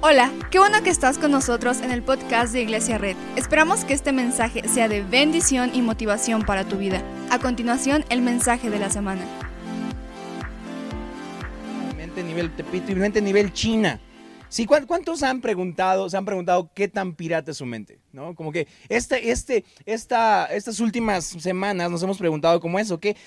Hola, qué bueno que estás con nosotros en el podcast de Iglesia Red. Esperamos que este mensaje sea de bendición y motivación para tu vida. A continuación, el mensaje de la semana. Mente nivel Tepito y mente nivel China. Sí, ¿cuántos se han preguntado qué tan pirata es su mente? ¿No? Como que estas últimas semanas nos hemos preguntado como eso, ¿qué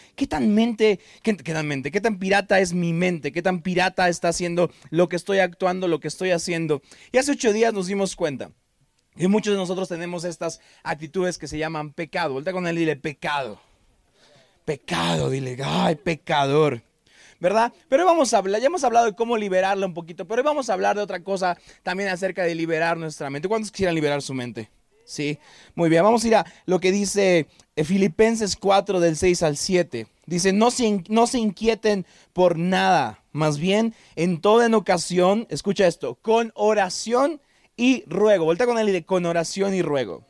tan pirata es mi mente? ¿Qué tan pirata está haciendo lo que estoy actuando, lo que estoy haciendo? Y hace 8 días nos dimos cuenta que muchos de nosotros tenemos estas actitudes que se llaman pecado. Vuelta con él y dile pecado. Pecado, dile, ay, pecador. ¿Verdad? Pero hoy vamos a hablar, ya hemos hablado de cómo liberarla un poquito, pero hoy vamos a hablar de otra cosa también acerca de liberar nuestra mente. ¿Cuántos quisieran liberar su mente? Sí, muy bien, vamos a ir a lo que dice Filipenses 4 del 6 al 7. Dice, no se inquieten por nada, más bien en toda ocasión, escucha esto, con oración y ruego. Voltea con él y dice, con oración y ruego.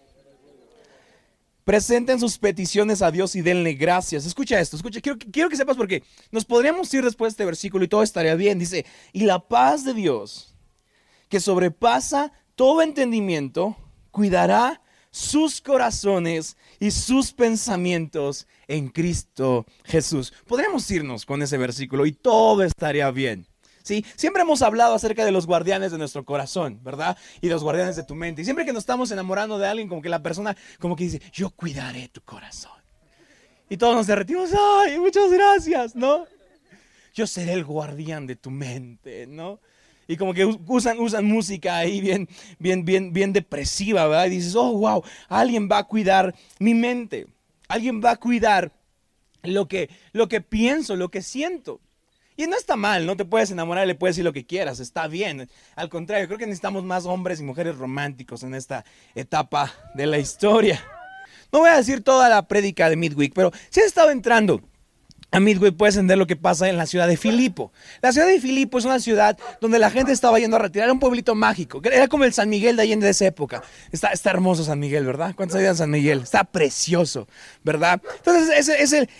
Presenten sus peticiones a Dios y denle gracias. Escucha esto, quiero que sepas porque nos podríamos ir después de este versículo y todo estaría bien. Dice, y la paz de Dios, que sobrepasa todo entendimiento, cuidará sus corazones y sus pensamientos en Cristo Jesús. Podríamos irnos con ese versículo y todo estaría bien. ¿Sí? Siempre hemos hablado acerca de los guardianes de nuestro corazón, ¿verdad? Y de los guardianes de tu mente. Y siempre que nos estamos enamorando de alguien, como que la persona como que dice, yo cuidaré tu corazón. Y todos nos derretimos, ¡ay, muchas gracias! ¿No? Yo seré el guardián de tu mente, ¿no? Y como que usan música ahí bien depresiva, ¿verdad? Y dices, oh, wow, alguien va a cuidar mi mente. Alguien va a cuidar lo que pienso, lo que siento. Y no está mal, no te puedes enamorar, le puedes decir lo que quieras, está bien. Al contrario, creo que necesitamos más hombres y mujeres románticos en esta etapa de la historia. No voy a decir toda la prédica de Midweek, pero si has estado entrando a Midweek puedes entender lo que pasa en la ciudad de Filipo. La ciudad de Filipo es una ciudad donde la gente estaba yendo a retirar, un pueblito mágico. Era como el San Miguel de Allende de esa época. Está hermoso San Miguel, ¿verdad? ¿Cuántos saben San Miguel? Está precioso, ¿verdad? Entonces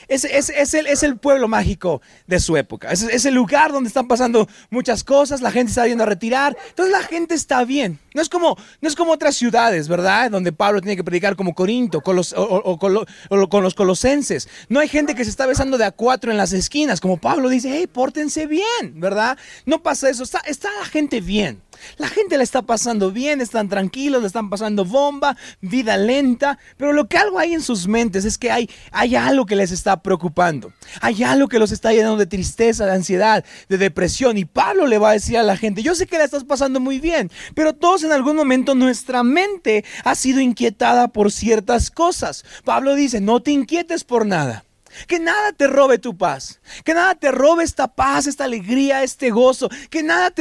es el pueblo mágico de su época. Es el lugar donde están pasando muchas cosas, la gente está yendo a retirar. Entonces la gente está bien. No es como otras ciudades, ¿verdad? Donde Pablo tiene que predicar como Corinto con los colosenses. No hay gente que se está besando de a 4 en las esquinas, como Pablo dice, hey, pórtense bien, ¿verdad? No pasa eso, está la gente bien. La gente la está pasando bien, están tranquilos, le están pasando bomba, vida lenta, pero algo hay en sus mentes es que hay algo que les está preocupando, hay algo que los está llenando de tristeza, de ansiedad, de depresión, y Pablo le va a decir a la gente, yo sé que la estás pasando muy bien, pero todos en algún momento nuestra mente ha sido inquietada por ciertas cosas. Pablo dice, no te inquietes por nada. Que nada te robe tu paz, que nada te robe esta paz, esta alegría, este gozo, que nada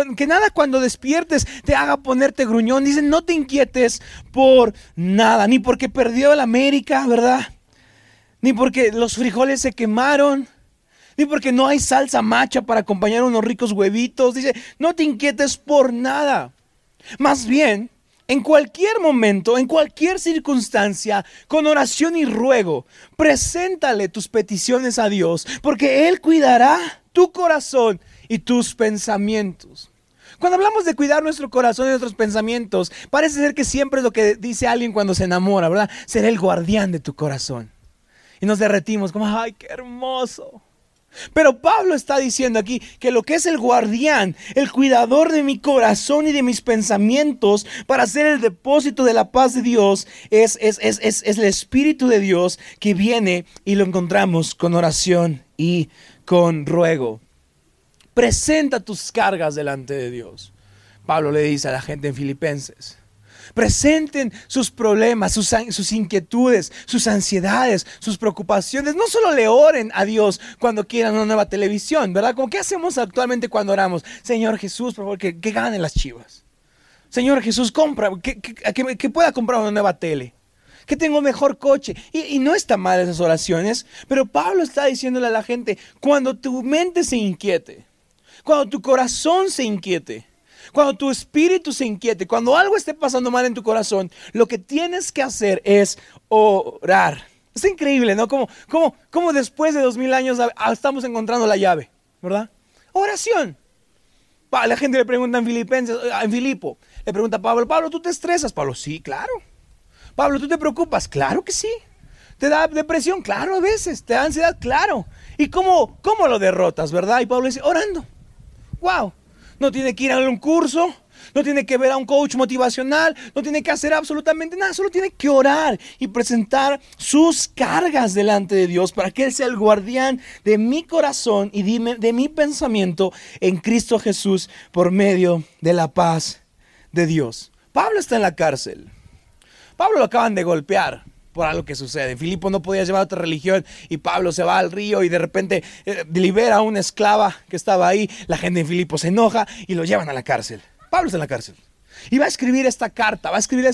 cuando despiertes te haga ponerte gruñón. Dicen, no te inquietes por nada, ni porque perdió el América, ¿verdad? Ni porque los frijoles se quemaron, ni porque no hay salsa macha para acompañar unos ricos huevitos. Dice, no te inquietes por nada, más bien en cualquier momento, en cualquier circunstancia, con oración y ruego, preséntale tus peticiones a Dios, porque Él cuidará tu corazón y tus pensamientos. Cuando hablamos de cuidar nuestro corazón y nuestros pensamientos, parece ser que siempre es lo que dice alguien cuando se enamora, ¿verdad? Será el guardián de tu corazón. Y nos derretimos como, ¡ay, qué hermoso! Pero Pablo está diciendo aquí que lo que es el guardián, el cuidador de mi corazón y de mis pensamientos para hacer el depósito de la paz de Dios es el Espíritu de Dios que viene y lo encontramos con oración y con ruego. Presenta tus cargas delante de Dios. Pablo le dice a la gente en Filipenses. Presenten sus problemas, sus inquietudes, sus ansiedades, sus preocupaciones. No solo le oren a Dios cuando quieran una nueva televisión, ¿verdad? Como ¿qué hacemos actualmente cuando oramos? Señor Jesús, por favor, que ganen las Chivas. Señor Jesús, compra, que pueda comprar una nueva tele. Que tenga un mejor coche. Y no está mal esas oraciones, pero Pablo está diciéndole a la gente, cuando tu mente se inquiete, cuando tu corazón se inquiete, cuando tu espíritu se inquiete, cuando algo esté pasando mal en tu corazón, lo que tienes que hacer es orar. Es increíble, ¿no? Como después de 2000 años estamos encontrando la llave, ¿verdad? Oración. La gente le pregunta en Filipo, le pregunta a Pablo, Pablo, ¿tú te estresas? Pablo, sí, claro. Pablo, ¿tú te preocupas? Claro que sí. ¿Te da depresión? Claro, a veces. ¿Te da ansiedad? Claro. ¿Y cómo lo derrotas, verdad? Y Pablo dice, orando. ¡Wow! No tiene que ir a un curso, no tiene que ver a un coach motivacional, no tiene que hacer absolutamente nada, solo tiene que orar y presentar sus cargas delante de Dios para que Él sea el guardián de mi corazón y de mi pensamiento en Cristo Jesús por medio de la paz de Dios. Pablo está en la cárcel. Pablo lo acaban de golpear por algo que sucede. Filipo no podía llevar otra religión y Pablo se va al río y de repente libera a una esclava que estaba ahí. La gente en Filipo se enoja y lo llevan a la cárcel. Pablo está en la cárcel. Y va a escribir esta carta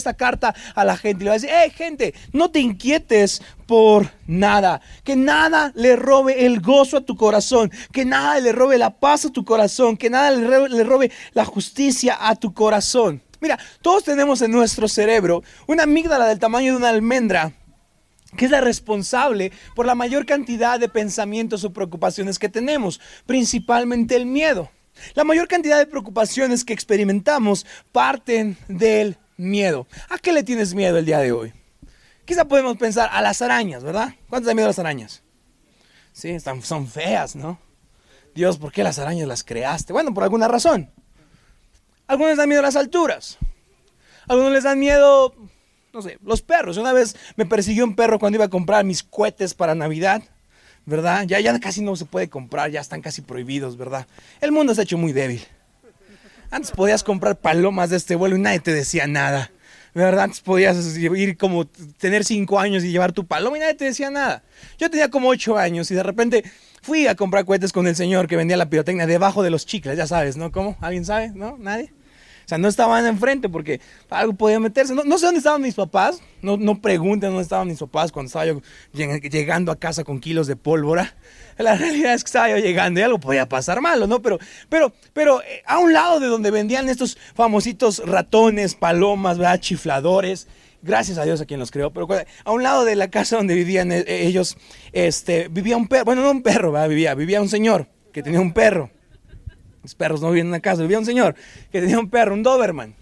a la gente y le va a decir, gente, no te inquietes por nada, que nada le robe el gozo a tu corazón, que nada le robe la paz a tu corazón, que nada le robe la justicia a tu corazón. Mira, todos tenemos en nuestro cerebro una amígdala del tamaño de una almendra, que es la responsable por la mayor cantidad de pensamientos o preocupaciones que tenemos, principalmente el miedo. La mayor cantidad de preocupaciones que experimentamos parten del miedo. ¿A qué le tienes miedo el día de hoy? Quizá podemos pensar a las arañas, ¿verdad? ¿Cuántos dan miedo a las arañas? Sí, son feas, ¿no? Dios, ¿por qué las arañas las creaste? Bueno, por alguna razón. Algunos les dan miedo a las alturas. Algunos les dan miedo, no sé, los perros. Una vez me persiguió un perro cuando iba a comprar mis cohetes para Navidad, ¿verdad? Ya casi no se puede comprar, ya están casi prohibidos, ¿verdad? El mundo se ha hecho muy débil. Antes podías comprar palomas de este vuelo y nadie te decía nada, ¿verdad? Antes podías ir como tener 5 años y llevar tu paloma y nadie te decía nada. Yo tenía como 8 años y de repente fui a comprar cohetes con el señor que vendía la pirotecnia debajo de los chicles, ya sabes, ¿no? ¿Cómo? ¿Alguien sabe? ¿No? ¿Nadie? O sea, no estaban enfrente porque algo podía meterse. No sé dónde estaban mis papás. No pregunten dónde estaban mis papás cuando estaba yo llegando a casa con kilos de pólvora. La realidad es que estaba yo llegando y algo podía pasar malo, ¿no? Pero a un lado de donde vendían estos famositos ratones, palomas, ¿verdad? Chifladores. Gracias a Dios a quien los creó. Pero a un lado de la casa donde vivían ellos, vivía un perro. Bueno, no un perro, ¿verdad? Vivía un señor que tenía un perro. Los perros no vivían en una casa, vivía un señor que tenía un perro, un Doberman.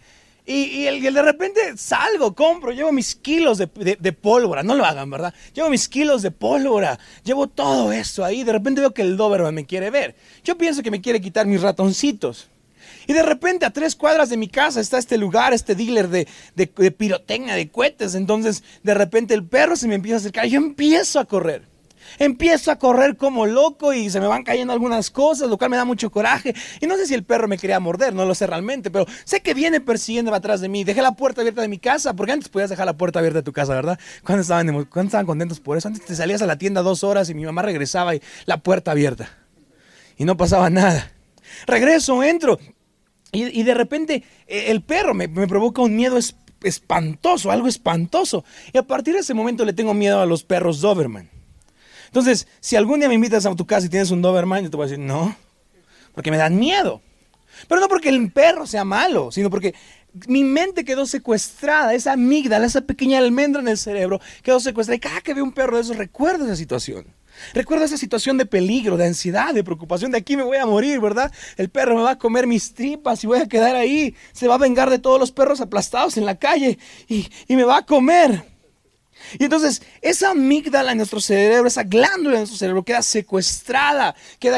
Y de repente compro, llevo mis kilos de pólvora, no lo hagan, ¿verdad? Llevo mis kilos de pólvora, llevo todo esto ahí, de repente veo que el Doberman me quiere ver. Yo pienso que me quiere quitar mis ratoncitos. Y de repente a 3 cuadras de mi casa está este lugar, este dealer de pirotecnia, de cohetes. Entonces de repente el perro se me empieza a acercar y yo empiezo a correr. Empiezo a correr como loco y se me van cayendo algunas cosas, lo cual me da mucho coraje. Y no sé si el perro me quería morder, no lo sé realmente, pero sé que viene persiguiéndome atrás de mí. Dejé la puerta abierta de mi casa, porque antes podías dejar la puerta abierta de tu casa, ¿verdad? Cuando estaban contentos por eso. Antes te salías a la tienda 2 horas y mi mamá regresaba y la puerta abierta. Y no pasaba nada. Regreso, entro y de repente el perro me provoca un miedo espantoso, algo espantoso. Y a partir de ese momento le tengo miedo a los perros Doberman. Entonces, si algún día me invitas a tu casa y tienes un Doberman, yo te voy a decir, no, porque me dan miedo. Pero no porque el perro sea malo, sino porque mi mente quedó secuestrada, esa amígdala, esa pequeña almendra en el cerebro quedó secuestrada. Y cada que veo un perro de esos, recuerdo esa situación. Recuerdo esa situación de peligro, de ansiedad, de preocupación, de aquí me voy a morir, ¿verdad? El perro me va a comer mis tripas y voy a quedar ahí. Se va a vengar de todos los perros aplastados en la calle y me va a comer. Y entonces esa amígdala en nuestro cerebro, esa glándula en nuestro cerebro queda secuestrada,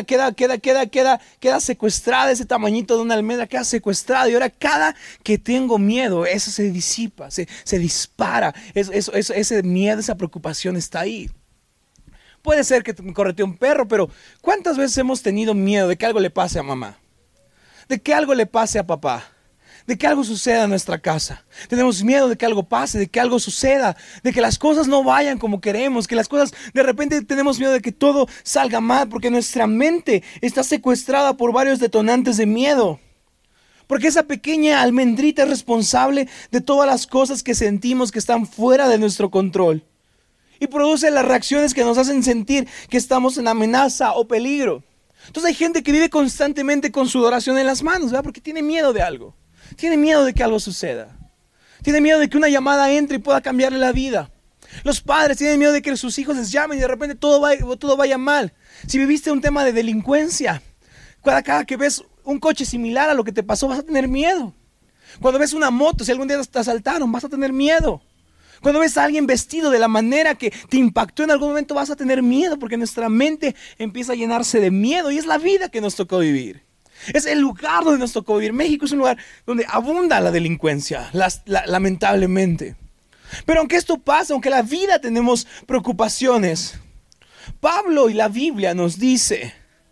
queda secuestrada, ese tamañito de una almendra queda secuestrada. Y ahora cada que tengo miedo, eso se disipa, se dispara, ese miedo, esa preocupación está ahí. Puede ser que me corretee un perro, pero ¿cuántas veces hemos tenido miedo de que algo le pase a mamá? De que algo le pase a papá. De que algo suceda en nuestra casa. Tenemos miedo de que algo pase, de que algo suceda, de que las cosas no vayan como queremos, que las cosas, de repente tenemos miedo de que todo salga mal, porque nuestra mente está secuestrada por varios detonantes de miedo. Porque esa pequeña almendrita es responsable de todas las cosas que sentimos que están fuera de nuestro control. Y produce las reacciones que nos hacen sentir que estamos en amenaza o peligro. Entonces hay gente que vive constantemente con su oración en las manos, ¿verdad? Porque tiene miedo de algo. Tiene miedo de que algo suceda. Tiene miedo de que una llamada entre y pueda cambiarle la vida. Los padres tienen miedo de que sus hijos les llamen y de repente todo vaya mal. Si viviste un tema de delincuencia, cada que ves un coche similar a lo que te pasó, vas a tener miedo. Cuando ves una moto, si algún día te asaltaron, vas a tener miedo. Cuando ves a alguien vestido de la manera que te impactó en algún momento, vas a tener miedo, porque nuestra mente empieza a llenarse de miedo, y es la vida que nos tocó vivir. Es el lugar donde nos tocó vivir. México es un lugar donde abunda la delincuencia, lamentablemente. Pero aunque esto pasa, aunque la vida tenemos preocupaciones, Pablo y la Biblia nos dice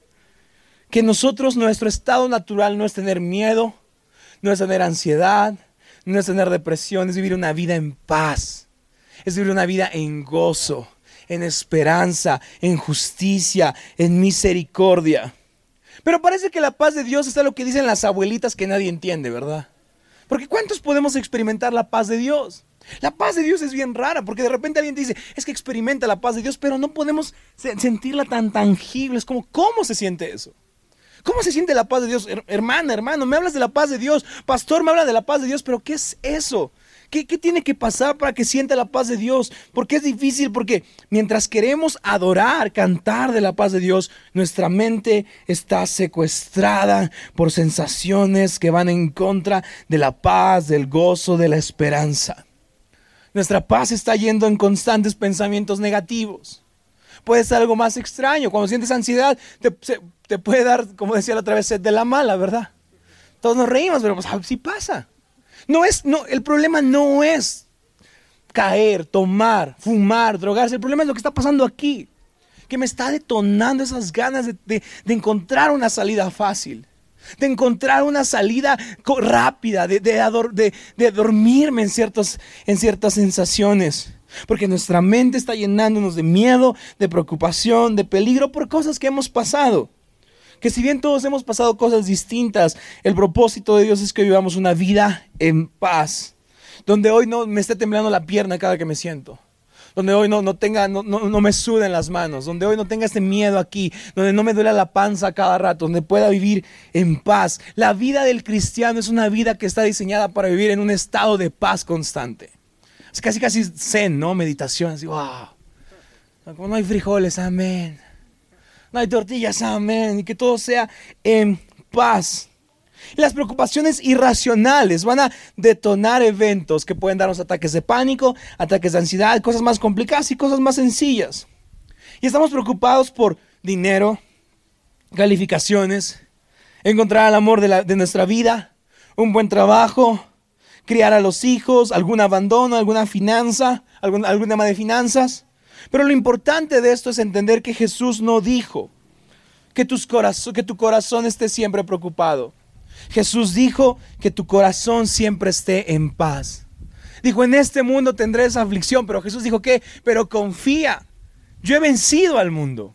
que nosotros, nuestro estado natural no es tener miedo, no es tener ansiedad, no es tener depresión, es vivir una vida en paz, es vivir una vida en gozo, en esperanza, en justicia, en misericordia. Pero parece que la paz de Dios está lo que dicen las abuelitas que nadie entiende, ¿verdad? Porque ¿cuántos podemos experimentar la paz de Dios? La paz de Dios es bien rara, porque de repente alguien te dice, es que experimenta la paz de Dios, pero no podemos sentirla tan tangible. Es como, ¿cómo se siente eso? ¿Cómo se siente la paz de Dios? Hermana, hermano, me hablas de la paz de Dios. Pastor, me habla de la paz de Dios, pero ¿qué es eso? ¿Qué tiene que pasar para que sienta la paz de Dios? Porque es difícil, porque mientras queremos adorar, cantar de la paz de Dios, nuestra mente está secuestrada por sensaciones que van en contra de la paz, del gozo, de la esperanza. Nuestra paz está yendo en constantes pensamientos negativos. Puede ser algo más extraño. Cuando sientes ansiedad, te puede dar, como decía la otra vez, sed de la mala, ¿verdad? Todos nos reímos, pero pues sí pasa. El problema no es caer, tomar, fumar, drogarse. El problema es lo que está pasando aquí, que me está detonando esas ganas de encontrar una salida fácil, de encontrar una salida rápida, de dormirme en ciertas sensaciones. Porque nuestra mente está llenándonos de miedo, de preocupación, de peligro por cosas que hemos pasado. Que si bien todos hemos pasado cosas distintas, el propósito de Dios es que vivamos una vida en paz. Donde hoy no me esté temblando la pierna cada que me siento. Donde hoy no me suden las manos. Donde hoy no tenga este miedo aquí. Donde no me duela la panza cada rato. Donde pueda vivir en paz. La vida del cristiano es una vida que está diseñada para vivir en un estado de paz constante. Es casi zen, ¿no? Meditación. Así, wow. Como no hay frijoles, amén. No hay tortillas, amén. Y que todo sea en paz. Y las preocupaciones irracionales van a detonar eventos que pueden darnos ataques de pánico, ataques de ansiedad, cosas más complicadas y cosas más sencillas. Y estamos preocupados por dinero, calificaciones, encontrar el amor de nuestra vida, un buen trabajo, criar a los hijos, algún abandono, alguna finanza, algún tema de finanzas. Pero lo importante de esto es entender que Jesús no dijo que tu corazón esté siempre preocupado. Jesús dijo que tu corazón siempre esté en paz. Dijo, en este mundo tendréis aflicción, pero Jesús dijo ¿qué? Pero confía, yo he vencido al mundo.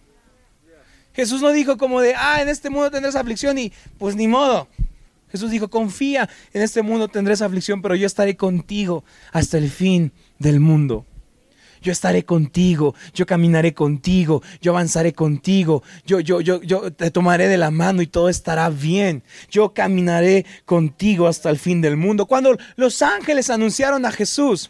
Jesús no dijo como de, en este mundo tendrás aflicción y pues ni modo. Jesús dijo, confía, en este mundo tendrás aflicción, pero yo estaré contigo hasta el fin del mundo. Yo estaré contigo, yo caminaré contigo, yo avanzaré contigo, yo te tomaré de la mano y todo estará bien. Yo caminaré contigo hasta el fin del mundo. Cuando los ángeles anunciaron a Jesús,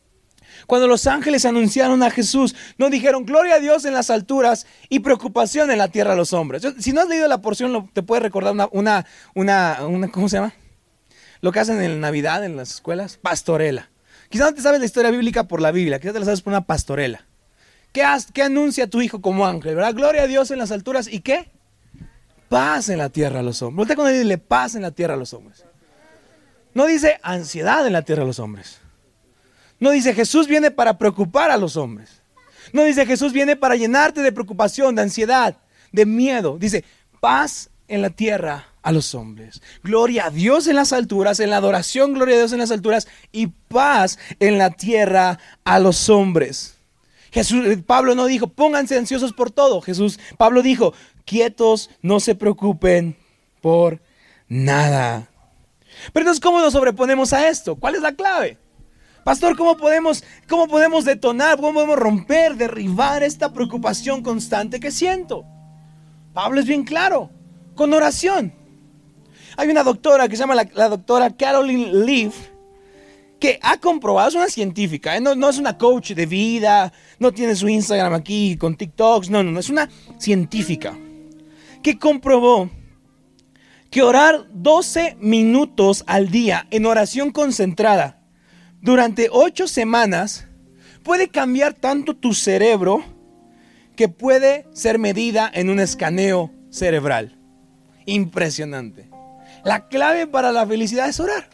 no dijeron gloria a Dios en las alturas y preocupación en la tierra a los hombres. Si no has leído la porción, te puede recordar una ¿cómo se llama? Lo que hacen en Navidad en las escuelas, pastorela. Quizás no te sabes la historia bíblica por la Biblia, quizás te la sabes por una pastorela. ¿Qué anuncia tu hijo como ángel, verdad? Gloria a Dios en las alturas y ¿qué? Paz en la tierra a los hombres. Voltea cuando dice paz en la tierra a los hombres. No dice ansiedad en la tierra a los hombres. No dice Jesús viene para preocupar a los hombres. No dice Jesús viene para llenarte de preocupación, de ansiedad, de miedo. Dice paz en la tierra a los hombres. Gloria a Dios en las alturas, en la adoración, gloria a Dios en las alturas y paz en la tierra a los hombres. Pablo no dijo, pónganse ansiosos por todo. Pablo dijo, quietos, no se preocupen por nada. Pero entonces, ¿cómo nos sobreponemos a esto? ¿Cuál es la clave? Pastor, ¿cómo podemos detonar, cómo podemos romper, derribar esta preocupación constante que siento? Pablo es bien claro, con oración. Hay una doctora que se llama la doctora Caroline Leaf, que ha comprobado, es una científica, no es una coach de vida, no tiene su Instagram aquí con TikToks, no, es una científica que comprobó que orar 12 minutos al día en oración concentrada durante 8 semanas puede cambiar tanto tu cerebro que puede ser medida en un escaneo cerebral. Impresionante. La clave para la felicidad es orar.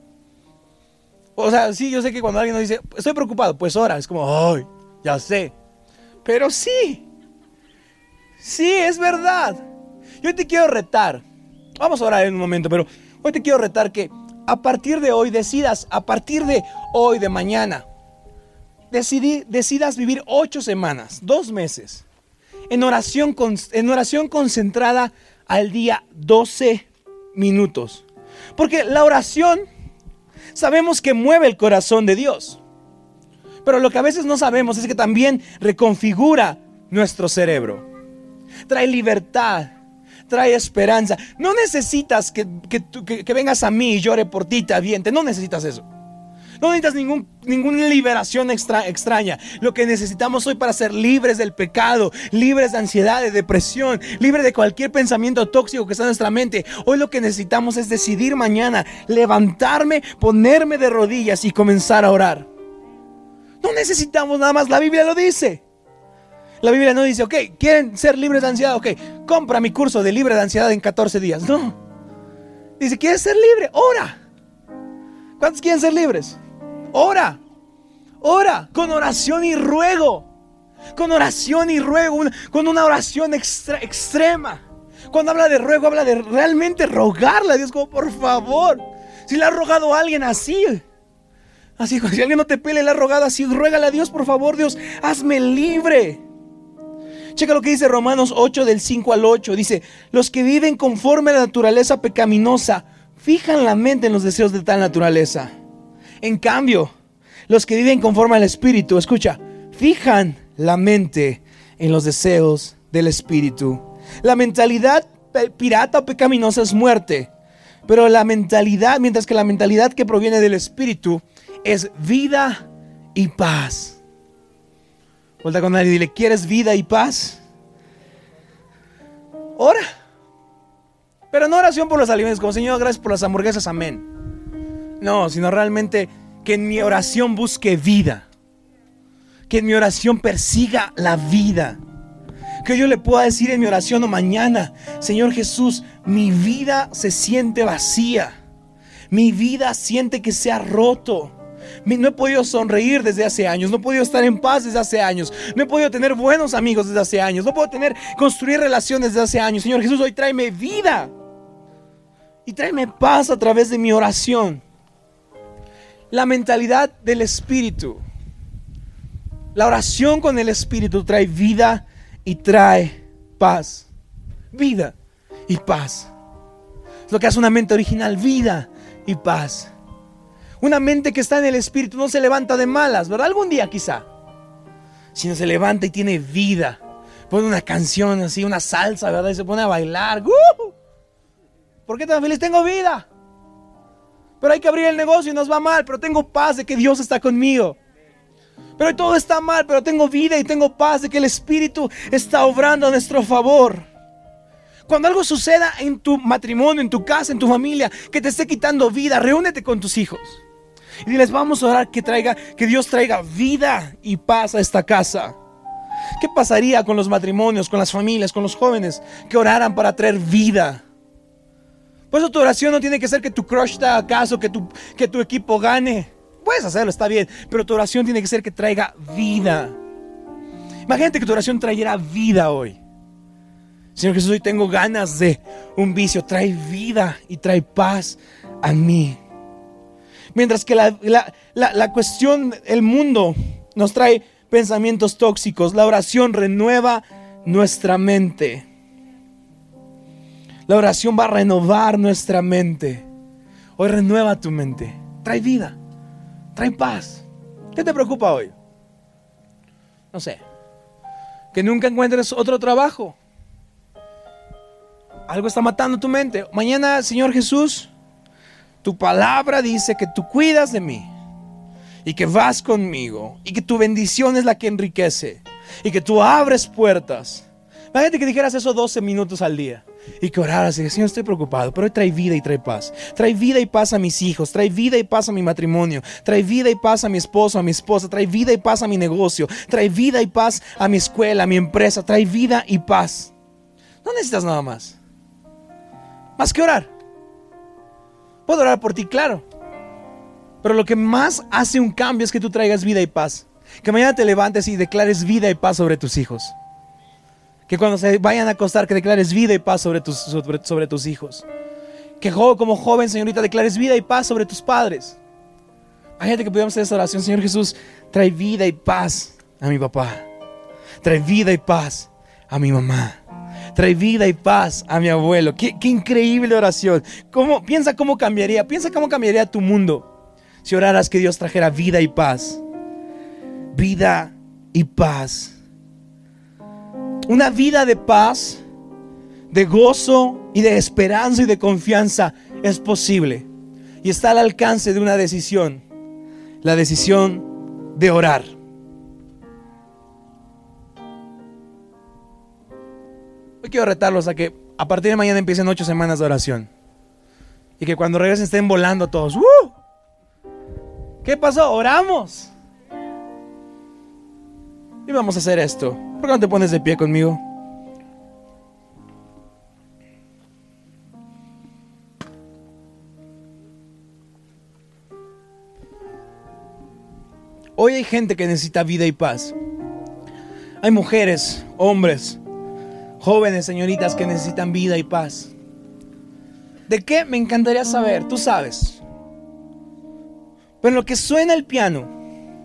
O sea, sí, yo sé que cuando alguien nos dice, estoy preocupado, pues ora. Es como, ay, ya sé. Pero sí, es verdad. Yo te quiero retar. Vamos a orar en un momento, pero hoy te quiero retar que a partir de hoy decidas, a partir de hoy, de mañana, decidas vivir 8 semanas, 2 meses, en oración concentrada al día 12 minutos. Porque la oración sabemos que mueve el corazón de Dios. Pero lo que a veces no sabemos es que también reconfigura nuestro cerebro. Trae libertad, trae esperanza. No necesitas que vengas a mí y llore por ti, te aviente. No necesitas eso. No necesitas ninguna liberación extraña. Lo que necesitamos hoy para ser libres del pecado, libres de ansiedad, de depresión, libres de cualquier pensamiento tóxico que está en nuestra mente. Hoy lo que necesitamos es decidir mañana, levantarme, ponerme de rodillas y comenzar a orar. No necesitamos nada más, la Biblia lo dice. La Biblia no dice, ok, ¿quieren ser libres de ansiedad? Ok, compra mi curso de libre de ansiedad en 14 días. No. Dice, ¿quieres ser libre? Ora. ¿Cuántos quieren ser libres? Ora, con oración y ruego. Con oración y ruego, con una oración extrema. Cuando habla de ruego, habla de realmente rogarle a Dios, como por favor. Si le has rogado a alguien así, si alguien no te pele, le has rogado así, ruégale a Dios, por favor, Dios, hazme libre. Checa lo que dice Romanos 8 del 5 al 8. Dice, los que viven conforme a la naturaleza pecaminosa fijan la mente en los deseos de tal naturaleza. En cambio, los que viven conforme al Espíritu, escucha, fijan la mente en los deseos del Espíritu. La mentalidad pirata o pecaminosa es muerte, pero mientras que la mentalidad que proviene del Espíritu es vida y paz. Vuelta con nadie y dile, ¿quieres vida y paz? Ora. Pero no oración por los alimentos, como Señor, gracias por las hamburguesas, amén. No, sino realmente que en mi oración busque vida. Que en mi oración persiga la vida. Que yo le pueda decir en mi oración o mañana, Señor Jesús, mi vida se siente vacía. Mi vida siente que se ha roto. No he podido sonreír desde hace años. No he podido estar en paz desde hace años. No he podido tener buenos amigos desde hace años. No puedo construir relaciones desde hace años. Señor Jesús, hoy tráeme vida. Y tráeme paz a través de mi oración. La mentalidad del Espíritu. La oración con el Espíritu trae vida y trae paz. Vida y paz. Es lo que hace una mente original, vida y paz. Una mente que está en el Espíritu no se levanta de malas, ¿verdad? Algún día quizá. Sino se levanta y tiene vida. Pone una canción así, una salsa, ¿verdad? Y se pone a bailar. ¿Por qué tan feliz? Tengo vida. Pero hay que abrir el negocio y nos va mal, pero tengo paz de que Dios está conmigo. Pero todo está mal, pero tengo vida y tengo paz de que el Espíritu está obrando a nuestro favor. Cuando algo suceda en tu matrimonio, en tu casa, en tu familia, que te esté quitando vida, reúnete con tus hijos y diles, vamos a orar que Dios traiga vida y paz a esta casa. ¿Qué pasaría con los matrimonios, con las familias, con los jóvenes que oraran para traer vida? Por eso tu oración no tiene que ser que tu crush te haga caso, que tu equipo gane. Puedes hacerlo, está bien, pero tu oración tiene que ser que traiga vida. Imagínate que tu oración trayera vida hoy. Señor Jesús, hoy tengo ganas de un vicio. Trae vida y trae paz a mí. Mientras que la cuestión, el mundo nos trae pensamientos tóxicos, la oración renueva nuestra mente. La oración va a renovar nuestra mente. Hoy renueva tu mente. Trae vida, trae paz. ¿Qué te preocupa hoy? No sé. Que nunca encuentres otro trabajo. Algo está matando tu mente. Mañana, Señor Jesús, tu palabra dice que tú cuidas de mí y que vas conmigo y que tu bendición es la que enriquece y que tú abres puertas. Imagínate que dijeras eso 12 minutos al día. y que oraras y que, Señor, estoy preocupado, pero hoy trae vida y trae paz. Trae vida y paz a mis hijos, trae vida y paz a mi matrimonio, trae vida y paz a mi esposo, a mi esposa, trae vida y paz a mi negocio, trae vida y paz a mi escuela, a mi empresa, trae vida y paz. No necesitas nada más que orar. Puedo orar por ti, claro, pero lo que más hace un cambio es que tú traigas vida y paz. Que mañana te levantes y declares vida y paz sobre tus hijos. Que cuando se vayan a acostar, que declares vida y paz sobre tus hijos. Que como joven, señorita, declares vida y paz sobre tus padres. Hay gente que podemos hacer esta oración. Señor Jesús, trae vida y paz a mi papá. Trae vida y paz a mi mamá. Trae vida y paz a mi abuelo. Qué increíble oración. Piensa cómo cambiaría tu mundo si oraras que Dios trajera vida y paz. Vida y paz. Una vida de paz, de gozo y de esperanza y de confianza es posible. Y está al alcance de una decisión. La decisión de orar. Hoy quiero retarlos a que a partir de mañana empiecen 8 semanas de oración. Y que cuando regresen estén volando todos. ¿Qué pasó? Oramos. Y vamos a hacer esto. ¿Por qué no te pones de pie conmigo? Hoy hay gente que necesita vida y paz. Hay mujeres, hombres, jóvenes, señoritas que necesitan vida y paz. ¿De qué? Me encantaría saber, tú sabes. Pero en lo que suena el piano,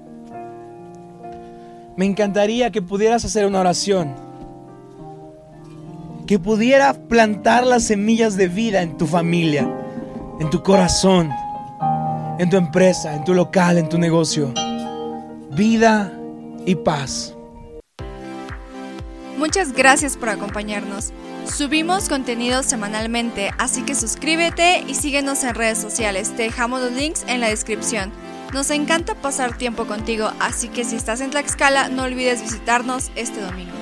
me encantaría que pudieras hacer una oración, que pudiera plantar las semillas de vida en tu familia, en tu corazón, en tu empresa, en tu local, en tu negocio. Vida y paz. Muchas gracias por acompañarnos. Subimos contenido semanalmente, así que suscríbete y síguenos en redes sociales. Te dejamos los links en la descripción. Nos encanta pasar tiempo contigo, así que si estás en Tlaxcala, no olvides visitarnos este domingo.